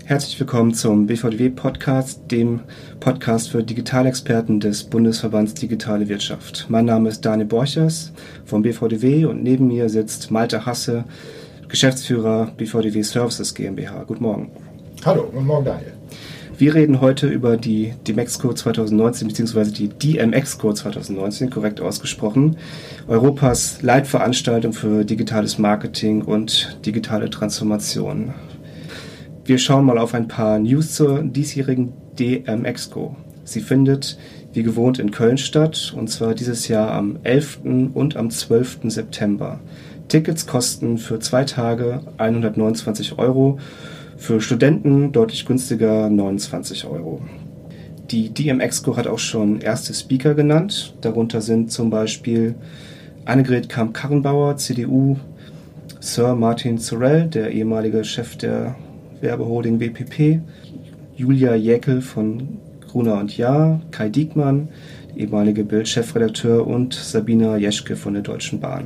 Herzlich willkommen zum BVDW-Podcast, dem Podcast für Digitalexperten des Bundesverbands Digitale Wirtschaft. Mein Name ist Daniel Borchers vom BVDW und neben mir sitzt Malte Hasse, Geschäftsführer BVDW Services GmbH. Guten Morgen. Hallo, guten Morgen Daniel. Wir reden heute über die Demexco 2019 bzw. die DMExco 2019, korrekt ausgesprochen, Europas Leitveranstaltung für digitales Marketing und digitale Transformation. Wir schauen mal auf ein paar News zur diesjährigen DMExco. Sie findet wie gewohnt in Köln statt, und zwar dieses Jahr am 11. und am 12. September. Tickets kosten für 2 Tage 129 €, für Studenten deutlich günstiger 29 €. Die DMExco hat auch schon erste Speaker genannt. Darunter sind zum Beispiel Annegret Kramp-Karrenbauer, CDU, Sir Martin Sorrell, der ehemalige Chef der Werbeholding WPP, Julia Jäkel von Gruner & Jahr, Kai Diekmann, ehemalige Bild-Chefredakteur, und Sabina Jeschke von der Deutschen Bahn.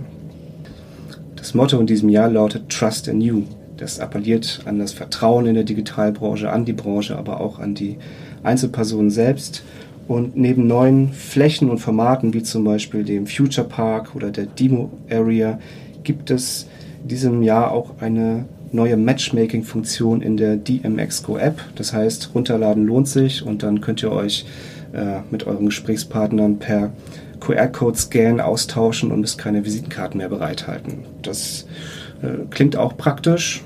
Das Motto in diesem Jahr lautet Trust in You. Das appelliert an das Vertrauen in der Digitalbranche, an die Branche, aber auch an die Einzelpersonen selbst. Und neben neuen Flächen und Formaten wie zum Beispiel dem Future Park oder der Demo Area gibt es in diesem Jahr auch eine neue Matchmaking-Funktion in der DMExco-App. Das heißt, runterladen lohnt sich und dann könnt ihr euch mit euren Gesprächspartnern per QR-Code-Scan austauschen und müsst keine Visitenkarten mehr bereithalten. Das klingt auch praktisch.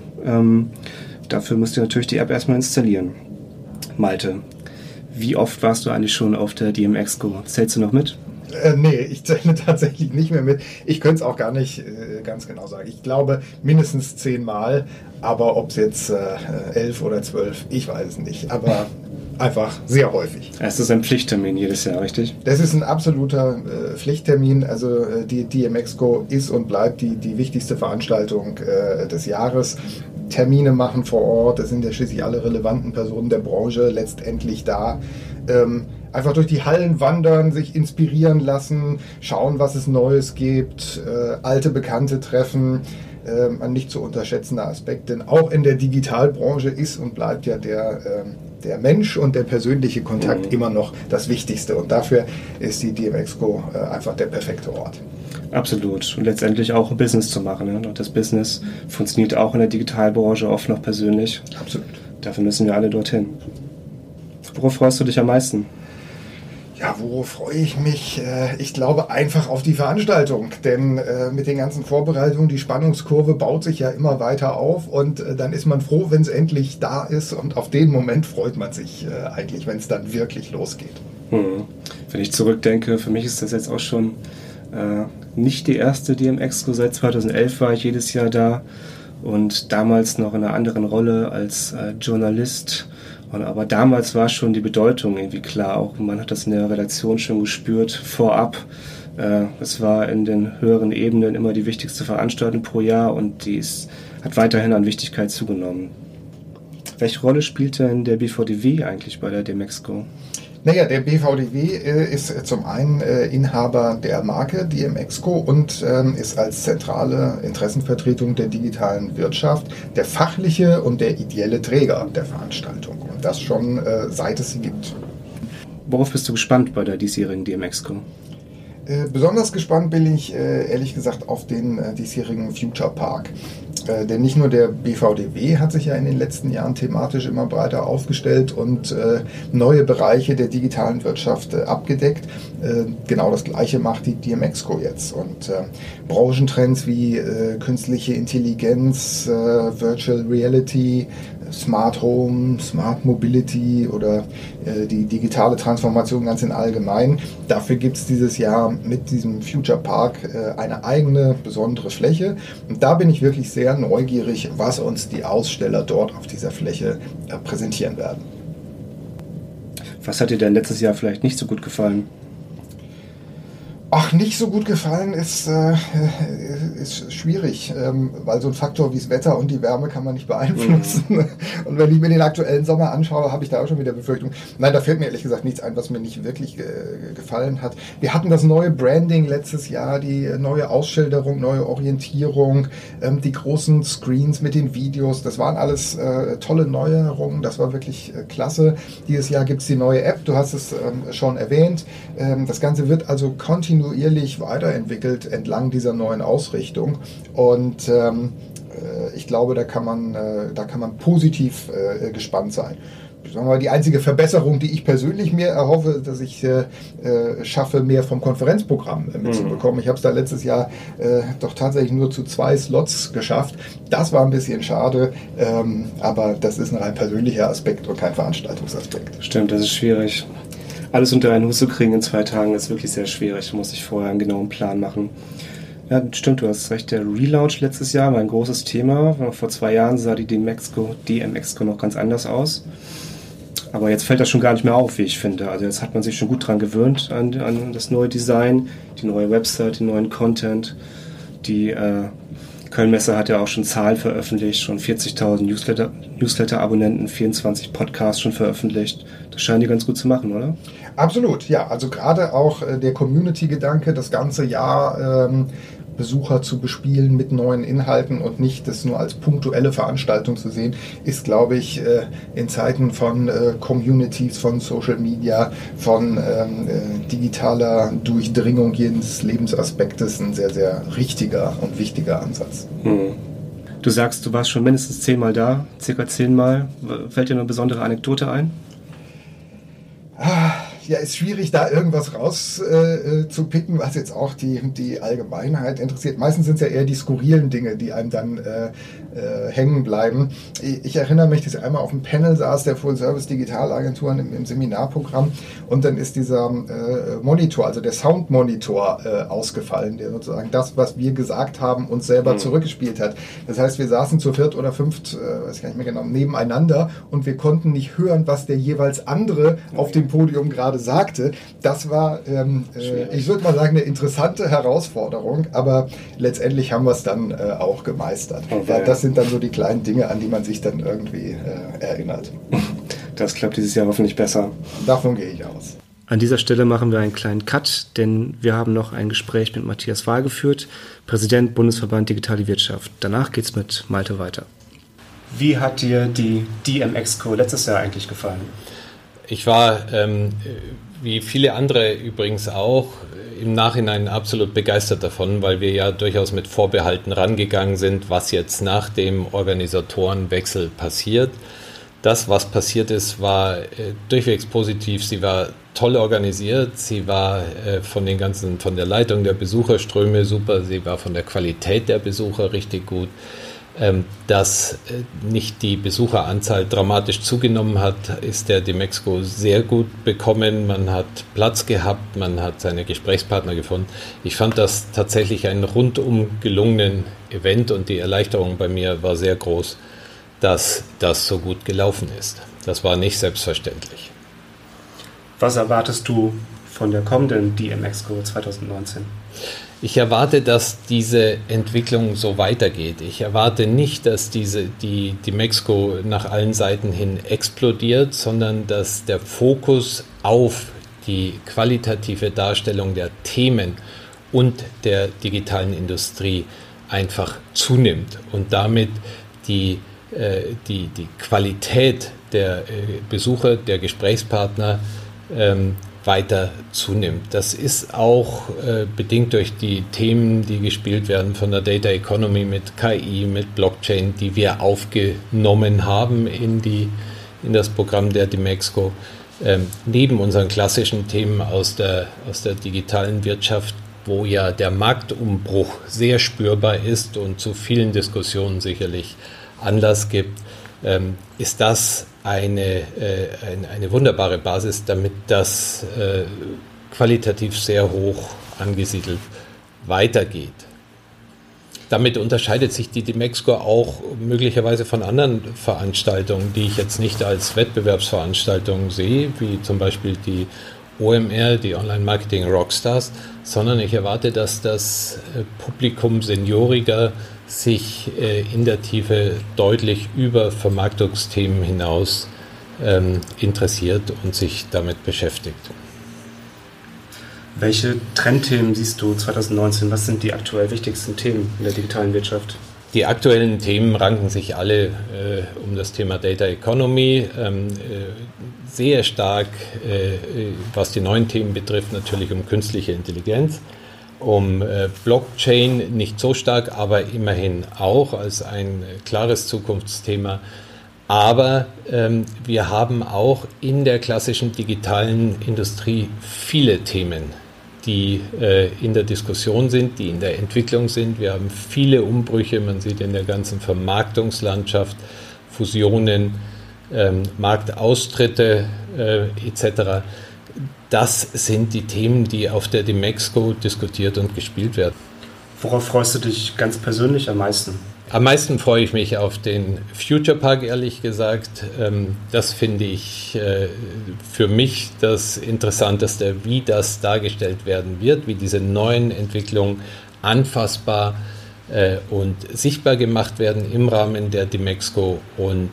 Dafür müsst ihr natürlich die App erstmal installieren. Malte, wie oft warst du eigentlich schon auf der DMExco? Zählst du noch mit? Nee, ich zähle tatsächlich nicht mehr mit. Ich könnte es auch gar nicht ganz genau sagen. Ich glaube mindestens 10 Mal, aber ob es jetzt 11 oder 12, ich weiß es nicht. Aber einfach sehr häufig. Es ist ein Pflichttermin jedes Jahr, richtig? Das ist ein absoluter Pflichttermin. Also die DMExco ist und bleibt die wichtigste Veranstaltung des Jahres. Termine machen vor Ort, es sind ja schließlich alle relevanten Personen der Branche letztendlich da. Einfach durch die Hallen wandern, sich inspirieren lassen, schauen, was es Neues gibt, alte Bekannte treffen, ein nicht zu unterschätzender Aspekt, denn auch in der Digitalbranche ist und bleibt ja der Mensch und der persönliche Kontakt immer noch das Wichtigste, und dafür ist die DMExco einfach der perfekte Ort. Absolut. Und letztendlich auch ein Business zu machen. Ne? Und das Business funktioniert auch in der Digitalbranche oft noch persönlich. Absolut. Dafür müssen wir alle dorthin. Worauf freust du dich am meisten? Ja, worauf freue ich mich? Ich glaube einfach auf die Veranstaltung, denn mit den ganzen Vorbereitungen, die Spannungskurve baut sich ja immer weiter auf, und dann ist man froh, wenn es endlich da ist, und auf den Moment freut man sich eigentlich, wenn es dann wirklich losgeht. Wenn ich zurückdenke, für mich ist das jetzt auch schon nicht die erste DMExco. Seit 2011 war ich jedes Jahr da und damals noch in einer anderen Rolle als Journalist. Aber damals war schon die Bedeutung irgendwie klar, auch man hat das in der Redaktion schon gespürt, vorab. Es war in den höheren Ebenen immer die wichtigste Veranstaltung pro Jahr, und dies hat weiterhin an Wichtigkeit zugenommen. Welche Rolle spielt denn der BVDW eigentlich bei der DMExco? Naja, der BVDW ist zum einen Inhaber der Marke DMExco und ist als zentrale Interessenvertretung der digitalen Wirtschaft der fachliche und der ideelle Träger der Veranstaltung. Und das schon seit es sie gibt. Worauf bist du gespannt bei der diesjährigen DMExco? Besonders gespannt bin ich ehrlich gesagt auf den diesjährigen Future Park. Denn nicht nur der BVDW hat sich ja in den letzten Jahren thematisch immer breiter aufgestellt und neue Bereiche der digitalen Wirtschaft abgedeckt. Genau das Gleiche macht die DMExco jetzt. Und Branchentrends wie künstliche Intelligenz, Virtual Reality, Smart Home, Smart Mobility oder die digitale Transformation ganz in allgemein. Dafür gibt es dieses Jahr mit diesem Future Park eine eigene besondere Fläche. Und da bin ich wirklich sehr neugierig, was uns die Aussteller dort auf dieser Fläche präsentieren werden. Was hat dir denn letztes Jahr vielleicht nicht so gut gefallen? Ach, nicht so gut gefallen ist schwierig, weil so ein Faktor wie das Wetter und die Wärme kann man nicht beeinflussen. Und wenn ich mir den aktuellen Sommer anschaue, habe ich da auch schon wieder Befürchtung. Nein, da fällt mir ehrlich gesagt nichts ein, was mir nicht wirklich gefallen hat. Wir hatten das neue Branding letztes Jahr, die neue Ausschilderung, neue Orientierung, die großen Screens mit den Videos. Das waren alles tolle Neuerungen. Das war wirklich klasse. Dieses Jahr gibt es die neue App. Du hast es schon erwähnt. Das Ganze wird also kontinuierlich weiterentwickelt entlang dieser neuen Ausrichtung und ich glaube, da kann man positiv gespannt sein. Sagen wir mal, die einzige Verbesserung, die ich persönlich mir erhoffe, dass ich schaffe, mehr vom Konferenzprogramm mitzubekommen. Ich habe es da letztes Jahr doch tatsächlich nur zu 2 Slots geschafft. Das war ein bisschen schade, aber das ist ein rein persönlicher Aspekt und kein Veranstaltungsaspekt. Stimmt, das ist schwierig. Alles unter einen Hut zu kriegen in 2 Tagen ist wirklich sehr schwierig. Da muss ich vorher einen genauen Plan machen. Ja, stimmt, du hast recht. Der Relaunch letztes Jahr war ein großes Thema. Vor 2 Jahren sah die DMExco noch ganz anders aus. Aber jetzt fällt das schon gar nicht mehr auf, wie ich finde. Also jetzt hat man sich schon gut dran gewöhnt an das neue Design, die neue Website, den neuen Content. Die Köln-Messe hat ja auch schon Zahlen veröffentlicht, schon 40.000 Newsletter-Abonnenten, 24 Podcasts schon veröffentlicht. Das scheinen die ganz gut zu machen, oder? Absolut, ja. Also gerade auch der Community-Gedanke, das ganze Jahr Besucher zu bespielen mit neuen Inhalten und nicht das nur als punktuelle Veranstaltung zu sehen, ist, glaube ich, in Zeiten von Communities, von Social Media, von digitaler Durchdringung jedes Lebensaspektes ein sehr, sehr richtiger und wichtiger Ansatz. Du sagst, du warst schon mindestens 10 Mal da, circa 10 Mal. Fällt dir eine besondere Anekdote ein? Ja, ist schwierig, da irgendwas rauszupicken, was jetzt auch die Allgemeinheit interessiert. Meistens sind es ja eher die skurrilen Dinge, die einem dann hängen bleiben. Ich erinnere mich, dass ich einmal auf einem Panel saß, der Full-Service-Digitalagenturen im Seminarprogramm, und dann ist dieser Monitor, also der Soundmonitor ausgefallen, der sozusagen das, was wir gesagt haben, uns selber zurückgespielt hat. Das heißt, wir saßen zu 4 oder 5, weiß ich gar nicht mehr genau, nebeneinander und wir konnten nicht hören, was der jeweils andere auf dem Podium gerade sagte. Das war, ich würde mal sagen, eine interessante Herausforderung, aber letztendlich haben wir es dann auch gemeistert. Okay. Das sind dann so die kleinen Dinge, an die man sich dann irgendwie erinnert. Das klappt dieses Jahr hoffentlich besser. Davon gehe ich aus. An dieser Stelle machen wir einen kleinen Cut, denn wir haben noch ein Gespräch mit Matthias Wahl geführt, Präsident Bundesverband Digitale Wirtschaft. Danach geht es mit Malte weiter. Wie hat dir die DMExco letztes Jahr eigentlich gefallen? Ich war, wie viele andere übrigens auch, im Nachhinein absolut begeistert davon, weil wir ja durchaus mit Vorbehalten rangegangen sind, was jetzt nach dem Organisatorenwechsel passiert. Das, was passiert ist, war durchwegs positiv. Sie war toll organisiert, sie war von der Leitung der Besucherströme super, sie war von der Qualität der Besucher richtig gut. Dass nicht die Besucheranzahl dramatisch zugenommen hat, ist der DMExco sehr gut bekommen. Man hat Platz gehabt, man hat seine Gesprächspartner gefunden. Ich fand das tatsächlich einen rundum gelungenen Event und die Erleichterung bei mir war sehr groß, dass das so gut gelaufen ist. Das war nicht selbstverständlich. Was erwartest du von der kommenden DMExco 2019? Ich erwarte, dass diese Entwicklung so weitergeht. Ich erwarte nicht, dass die DMExco nach allen Seiten hin explodiert, sondern dass der Fokus auf die qualitative Darstellung der Themen und der digitalen Industrie einfach zunimmt und damit die Qualität der Besucher, der Gesprächspartner weiter zunimmt. Das ist auch bedingt durch die Themen, die gespielt werden von der Data Economy mit KI, mit Blockchain, die wir aufgenommen haben in das Programm der DMExco. Neben unseren klassischen Themen aus der digitalen Wirtschaft, wo ja der Marktumbruch sehr spürbar ist und zu vielen Diskussionen sicherlich Anlass gibt, ist das eine wunderbare Basis, damit das qualitativ sehr hoch angesiedelt weitergeht. Damit unterscheidet sich die DMExco auch möglicherweise von anderen Veranstaltungen, die ich jetzt nicht als Wettbewerbsveranstaltungen sehe, wie zum Beispiel die OMR, die Online-Marketing-Rockstars, sondern ich erwarte, dass das Publikum Senioriger sich in der Tiefe deutlich über Vermarktungsthemen hinaus interessiert und sich damit beschäftigt. Welche Trendthemen siehst du 2019? Was sind die aktuell wichtigsten Themen in der digitalen Wirtschaft? Die aktuellen Themen ranken sich alle um das Thema Data Economy. Sehr stark, was die neuen Themen betrifft, natürlich um künstliche Intelligenz. Um Blockchain nicht so stark, aber immerhin auch als ein klares Zukunftsthema. Aber wir haben auch in der klassischen digitalen Industrie viele Themen, die in der Diskussion sind, die in der Entwicklung sind. Wir haben viele Umbrüche, man sieht in der ganzen Vermarktungslandschaft, Fusionen, Marktaustritte etc. Das sind die Themen, die auf der Demexco diskutiert und gespielt werden. Worauf freust du dich ganz persönlich am meisten? Am meisten freue ich mich auf den Future Park, ehrlich gesagt. Das finde ich für mich das Interessanteste, wie das dargestellt werden wird, wie diese neuen Entwicklungen anfassbar und sichtbar gemacht werden im Rahmen der Demexco. Und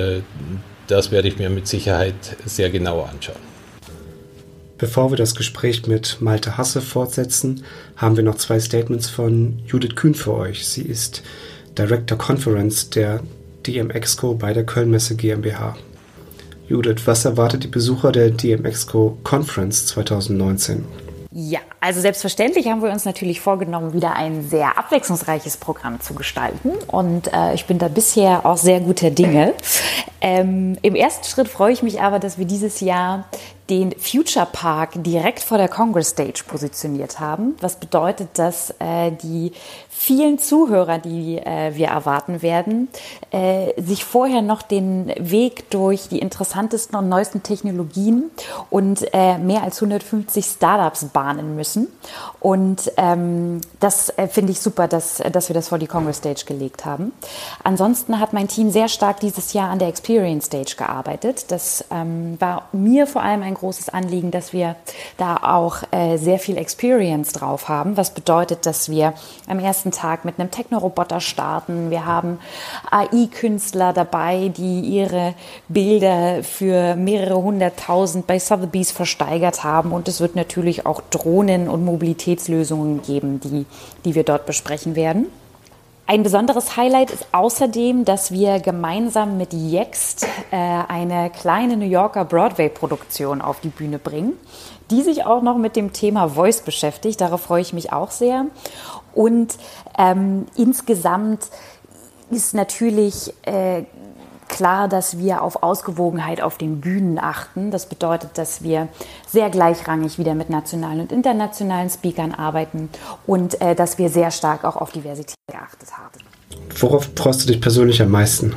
das werde ich mir mit Sicherheit sehr genau anschauen. Bevor wir das Gespräch mit Malte Hasse fortsetzen, haben wir noch 2 Statements von Judith Kühn für euch. Sie ist Director Conference der DMExco bei der Kölnmesse GmbH. Judith, was erwartet die Besucher der DMExco Conference 2019? Ja, also selbstverständlich haben wir uns natürlich vorgenommen, wieder ein sehr abwechslungsreiches Programm zu gestalten und ich bin da bisher auch sehr guter Dinge. Im ersten Schritt freue ich mich aber, dass wir dieses Jahr den Future Park direkt vor der Congress Stage positioniert haben, was bedeutet, dass die vielen Zuhörer, die wir erwarten werden, sich vorher noch den Weg durch die interessantesten und neuesten Technologien und mehr als 150 Startups bahnen müssen. Und das finde ich super, dass wir das vor die Congress Stage gelegt haben. Ansonsten hat mein Team sehr stark dieses Jahr an der Experience Stage gearbeitet. Das war mir vor allem ein großes Anliegen, dass wir da auch sehr viel Experience drauf haben, was bedeutet, dass wir am ersten Tag mit einem Techno-Roboter starten. Wir haben AI-Künstler dabei, die ihre Bilder für mehrere 100.000 bei Sotheby's versteigert haben und es wird natürlich auch Drohnen und Mobilitätslösungen geben, die wir dort besprechen werden. Ein besonderes Highlight ist außerdem, dass wir gemeinsam mit Yext eine kleine New Yorker Broadway-Produktion auf die Bühne bringen, die sich auch noch mit dem Thema Voice beschäftigt. Darauf freue ich mich auch sehr. Und insgesamt ist natürlich klar, dass wir auf Ausgewogenheit auf den Bühnen achten. Das bedeutet, dass wir sehr gleichrangig wieder mit nationalen und internationalen Speakern arbeiten und dass wir sehr stark auch auf Diversität geachtet haben. Worauf freust du dich persönlich am meisten?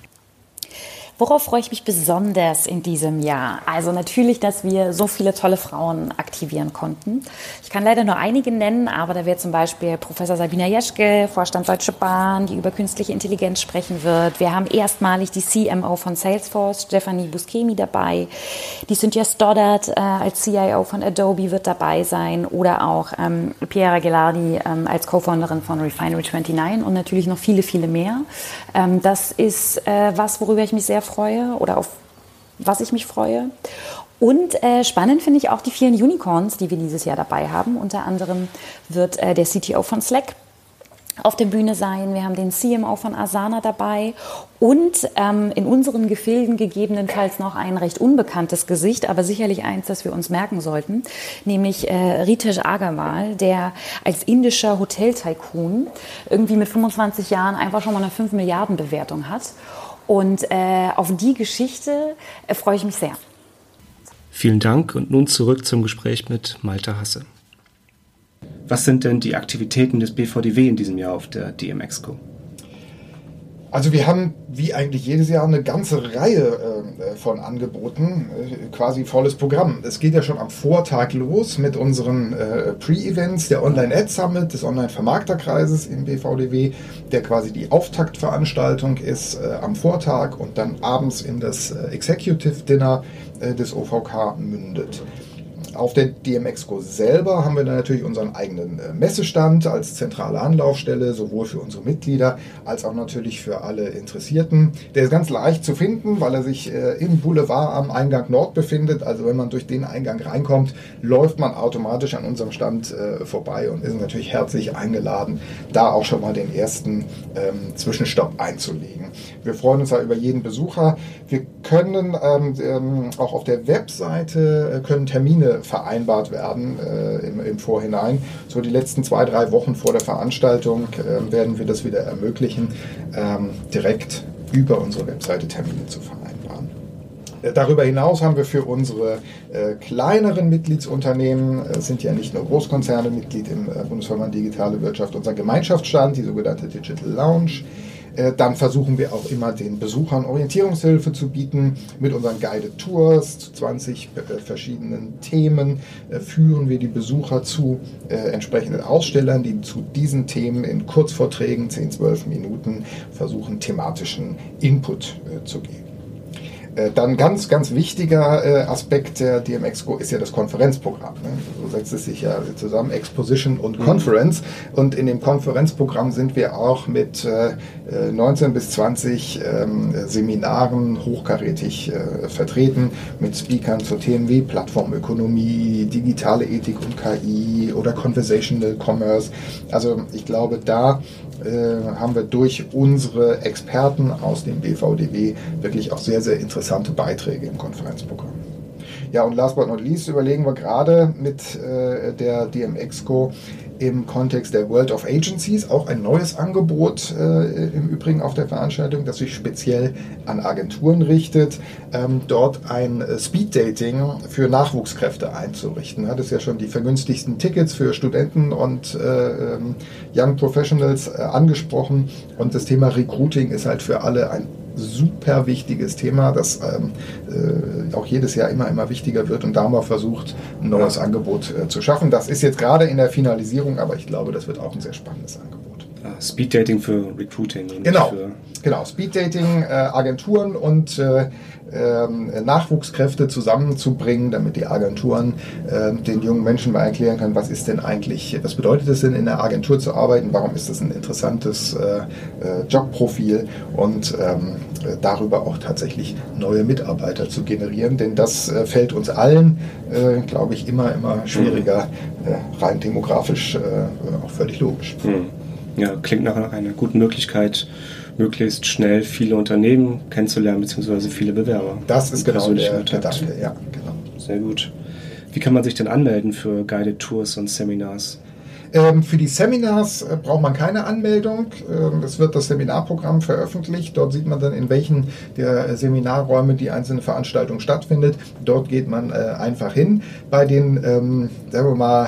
Worauf freue ich mich besonders in diesem Jahr? Also natürlich, dass wir so viele tolle Frauen aktivieren konnten. Ich kann leider nur einige nennen, aber da wäre zum Beispiel Professor Sabina Jeschke, Vorstand Deutsche Bahn, die über künstliche Intelligenz sprechen wird. Wir haben erstmalig die CMO von Salesforce, Stephanie Buscemi, dabei. Die Cynthia Stoddard als CIO von Adobe wird dabei sein oder auch Piera Gelardi als Co-Founderin von Refinery29 und natürlich noch viele, viele mehr. Das ist was, worüber ich mich sehr freue oder auf was ich mich freue. Und spannend finde ich auch die vielen Unicorns, die wir dieses Jahr dabei haben. Unter anderem wird der CTO von Slack auf der Bühne sein. Wir haben den CMO von Asana dabei und in unseren Gefilden gegebenenfalls noch ein recht unbekanntes Gesicht, aber sicherlich eins, das wir uns merken sollten, nämlich Ritesh Agarwal, der als indischer Hotel-Tycoon irgendwie mit 25 Jahren einfach schon mal eine 5 Milliarden Bewertung hat. Und auf die Geschichte freue ich mich sehr. Vielen Dank und nun zurück zum Gespräch mit Malte Hasse. Was sind denn die Aktivitäten des BVDW in diesem Jahr auf der DMExco? Also wir haben wie eigentlich jedes Jahr eine ganze Reihe von Angeboten, quasi volles Programm. Es geht ja schon am Vortag los mit unseren Pre-Events, der Online-Ad-Summit des Online-Vermarkterkreises im BVDW, der quasi die Auftaktveranstaltung ist am Vortag und dann abends in das Executive Dinner des OVK mündet. Auf der DMEXCO selber haben wir dann natürlich unseren eigenen Messestand als zentrale Anlaufstelle, sowohl für unsere Mitglieder als auch natürlich für alle Interessierten. Der ist ganz leicht zu finden, weil er sich im Boulevard am Eingang Nord befindet. Also wenn man durch den Eingang reinkommt, läuft man automatisch an unserem Stand vorbei und ist natürlich herzlich eingeladen, da auch schon mal den ersten Zwischenstopp einzulegen. Wir freuen uns ja über jeden Besucher. Wir können auch auf der Webseite können Termine vereinbart werden im Vorhinein. So die letzten 2-3 Wochen vor der Veranstaltung werden wir das wieder ermöglichen, direkt über unsere Webseite Termine zu vereinbaren. Darüber hinaus haben wir für unsere kleineren Mitgliedsunternehmen, sind ja nicht nur Großkonzerne Mitglied im Bundesverband Digitale Wirtschaft, unser Gemeinschaftsstand, die sogenannte Digital Lounge. Dann versuchen wir auch immer den Besuchern Orientierungshilfe zu bieten. Mit unseren Guided Tours zu 20 verschiedenen Themen führen wir die Besucher zu entsprechenden Ausstellern, die zu diesen Themen in Kurzvorträgen, 10-12 Minuten, versuchen thematischen Input zu geben. Dann ganz, ganz wichtiger Aspekt der DMEXCO ist ja das Konferenzprogramm. Ne? So setzt es sich ja zusammen, Exposition und Conference. Und in dem Konferenzprogramm sind wir auch mit 19 bis 20 Seminaren hochkarätig vertreten, mit Speakern zu Themen wie Plattformökonomie, digitale Ethik und KI oder Conversational Commerce. Also ich glaube, da haben wir durch unsere Experten aus dem BVDW wirklich auch sehr, sehr interessante Beiträge im Konferenzprogramm. Ja, und last but not least überlegen wir gerade mit der DMEXCO im Kontext der World of Agencies auch ein neues Angebot im Übrigen auf der Veranstaltung, das sich speziell an Agenturen richtet, dort ein Speed-Dating für Nachwuchskräfte einzurichten. Hat es ja schon die vergünstigsten Tickets für Studenten und Young Professionals angesprochen, und das Thema Recruiting ist halt für alle ein super wichtiges Thema, das auch jedes Jahr immer wichtiger wird, und da haben wir versucht, ein neues Angebot zu schaffen. Das ist jetzt gerade in der Finalisierung, aber ich glaube, das wird auch ein sehr spannendes Angebot. Speed Dating für Recruiting. Genau, Speed Dating, Agenturen und Nachwuchskräfte zusammenzubringen, damit die Agenturen den jungen Menschen mal erklären können, was bedeutet es denn in der Agentur zu arbeiten, warum ist das ein interessantes Jobprofil, und darüber auch tatsächlich neue Mitarbeiter zu generieren, denn das fällt uns allen, glaube ich, immer schwieriger, rein demografisch auch völlig logisch. Ja, klingt nach einer guten Möglichkeit, möglichst schnell viele Unternehmen kennenzulernen, beziehungsweise viele Bewerber. Das ist genau der Gedanke, ja, genau. Sehr gut. Wie kann man sich denn anmelden für Guided Tours und Seminars? Für die Seminars braucht man keine Anmeldung. Es wird das Seminarprogramm veröffentlicht. Dort sieht man dann, in welchen der Seminarräume die einzelne Veranstaltung stattfindet. Dort geht man einfach hin. Bei den, sagen wir mal,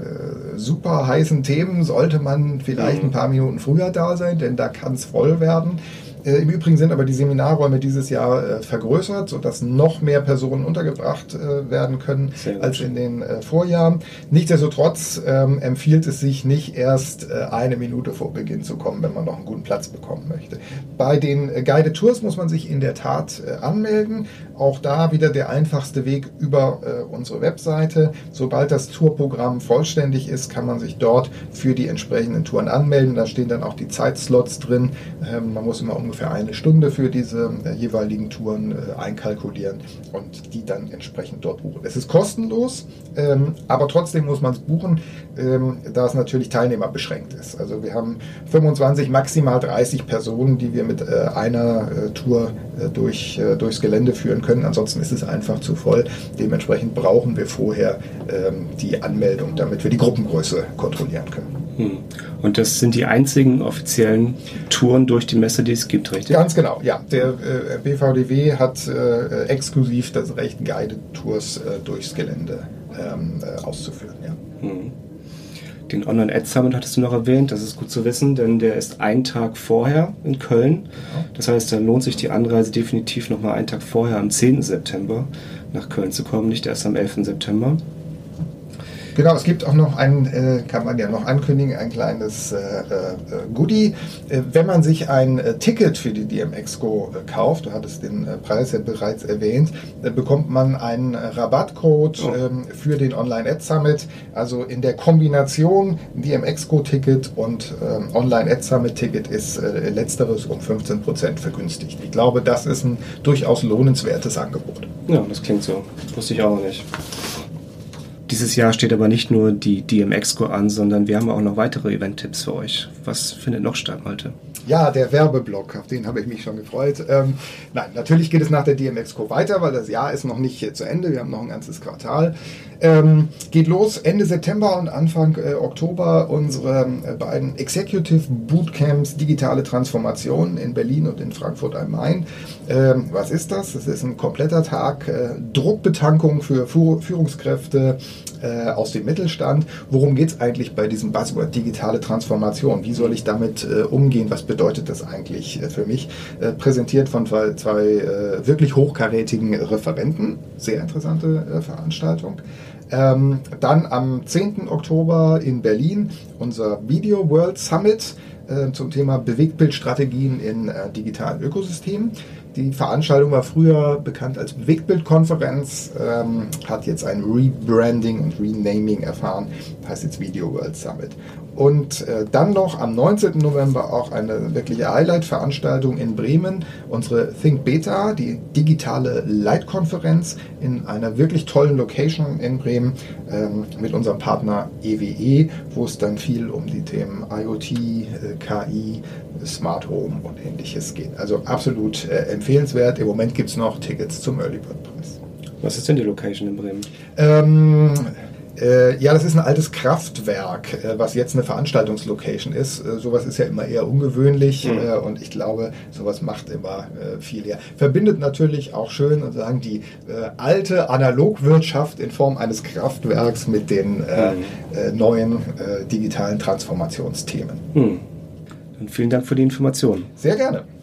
super heißen Themen sollte man vielleicht ein paar Minuten früher da sein, denn da kann es voll werden. Im Übrigen sind aber die Seminarräume dieses Jahr vergrößert, sodass noch mehr Personen untergebracht werden können als in den Vorjahren. Nichtsdestotrotz empfiehlt es sich nicht erst eine Minute vor Beginn zu kommen, wenn man noch einen guten Platz bekommen möchte. Bei den Guided Tours muss man sich in der Tat anmelden. Auch da wieder der einfachste Weg über unsere Webseite. Sobald das Tourprogramm vollständig ist, kann man sich dort für die entsprechenden Touren anmelden. Da stehen dann auch die Zeitslots drin. Man muss immer ungefähr eine Stunde für diese jeweiligen Touren einkalkulieren und die dann entsprechend dort buchen. Es ist kostenlos, aber trotzdem muss man es buchen, da es natürlich teilnehmerbeschränkt ist. Also wir haben 25, maximal 30 Personen, die wir mit einer Tour durchs Gelände führen können. Ansonsten ist es einfach zu voll. Dementsprechend brauchen wir vorher die Anmeldung, damit wir die Gruppengröße kontrollieren können. Und das sind die einzigen offiziellen Touren durch die Messe, die es gibt, richtig? Ganz genau, ja. Der BVDW hat exklusiv das Recht, Guided Tours durchs Gelände auszuführen. Ja. Den Online-Ad-Summit hattest du noch erwähnt, das ist gut zu wissen, denn der ist einen Tag vorher in Köln. Das heißt, da lohnt sich die Anreise definitiv nochmal einen Tag vorher, am 10. September nach Köln zu kommen, nicht erst am 11. September. Genau, es gibt auch noch kann man ja noch ankündigen, ein kleines Goodie. Wenn man sich ein Ticket für die DMExco kauft, du hattest den Preis ja bereits erwähnt, bekommt man einen Rabattcode für den Online-Ad Summit. Also in der Kombination DMExco-Ticket und Online-Ad Summit-Ticket ist letzteres um 15% vergünstigt. Ich glaube, das ist ein durchaus lohnenswertes Angebot. Ja, das klingt so. Wusste ich auch noch nicht. Dieses Jahr steht aber nicht nur die DMExco an, sondern wir haben auch noch weitere Event-Tipps für euch. Was findet noch statt, Malte? Ja, der Werbeblock, auf den habe ich mich schon gefreut. Nein, natürlich geht es nach der DMExco weiter, weil das Jahr ist noch nicht zu Ende. Wir haben noch ein ganzes Quartal. Geht los Ende September und Anfang Oktober unsere beiden Executive Bootcamps Digitale Transformation in Berlin und in Frankfurt am Main. Was ist das? Das ist ein kompletter Tag Druckbetankung für Führungskräfte aus dem Mittelstand. Worum geht es eigentlich bei diesem Buzzword digitale Transformation? Wie soll ich damit umgehen? Was bedeutet das eigentlich für mich? Präsentiert von zwei wirklich hochkarätigen Referenten. Sehr interessante Veranstaltung. Dann am 10. Oktober in Berlin unser Video World Summit zum Thema Bewegtbildstrategien in digitalen Ökosystemen. Die Veranstaltung war früher bekannt als Bewegtbildkonferenz, hat jetzt ein Rebranding und Renaming erfahren, heißt jetzt Video World Summit. Und dann noch am 19. November auch eine wirkliche Highlight-Veranstaltung in Bremen, unsere Think Beta, die digitale Leitkonferenz in einer wirklich tollen Location in Bremen mit unserem Partner EWE, wo es dann viel um die Themen IoT, KI, Smart Home und ähnliches geht. Also absolut empfehlenswert. Im Moment gibt es noch Tickets zum Early Bird Preis. Was ist denn die Location in Bremen? Ja, das ist ein altes Kraftwerk, was jetzt eine Veranstaltungslocation ist. Sowas ist ja immer eher ungewöhnlich und ich glaube, sowas macht immer viel her. Verbindet natürlich auch schön sozusagen die alte Analogwirtschaft in Form eines Kraftwerks mit den neuen digitalen Transformationsthemen. Und vielen Dank für die Informationen. Sehr gerne.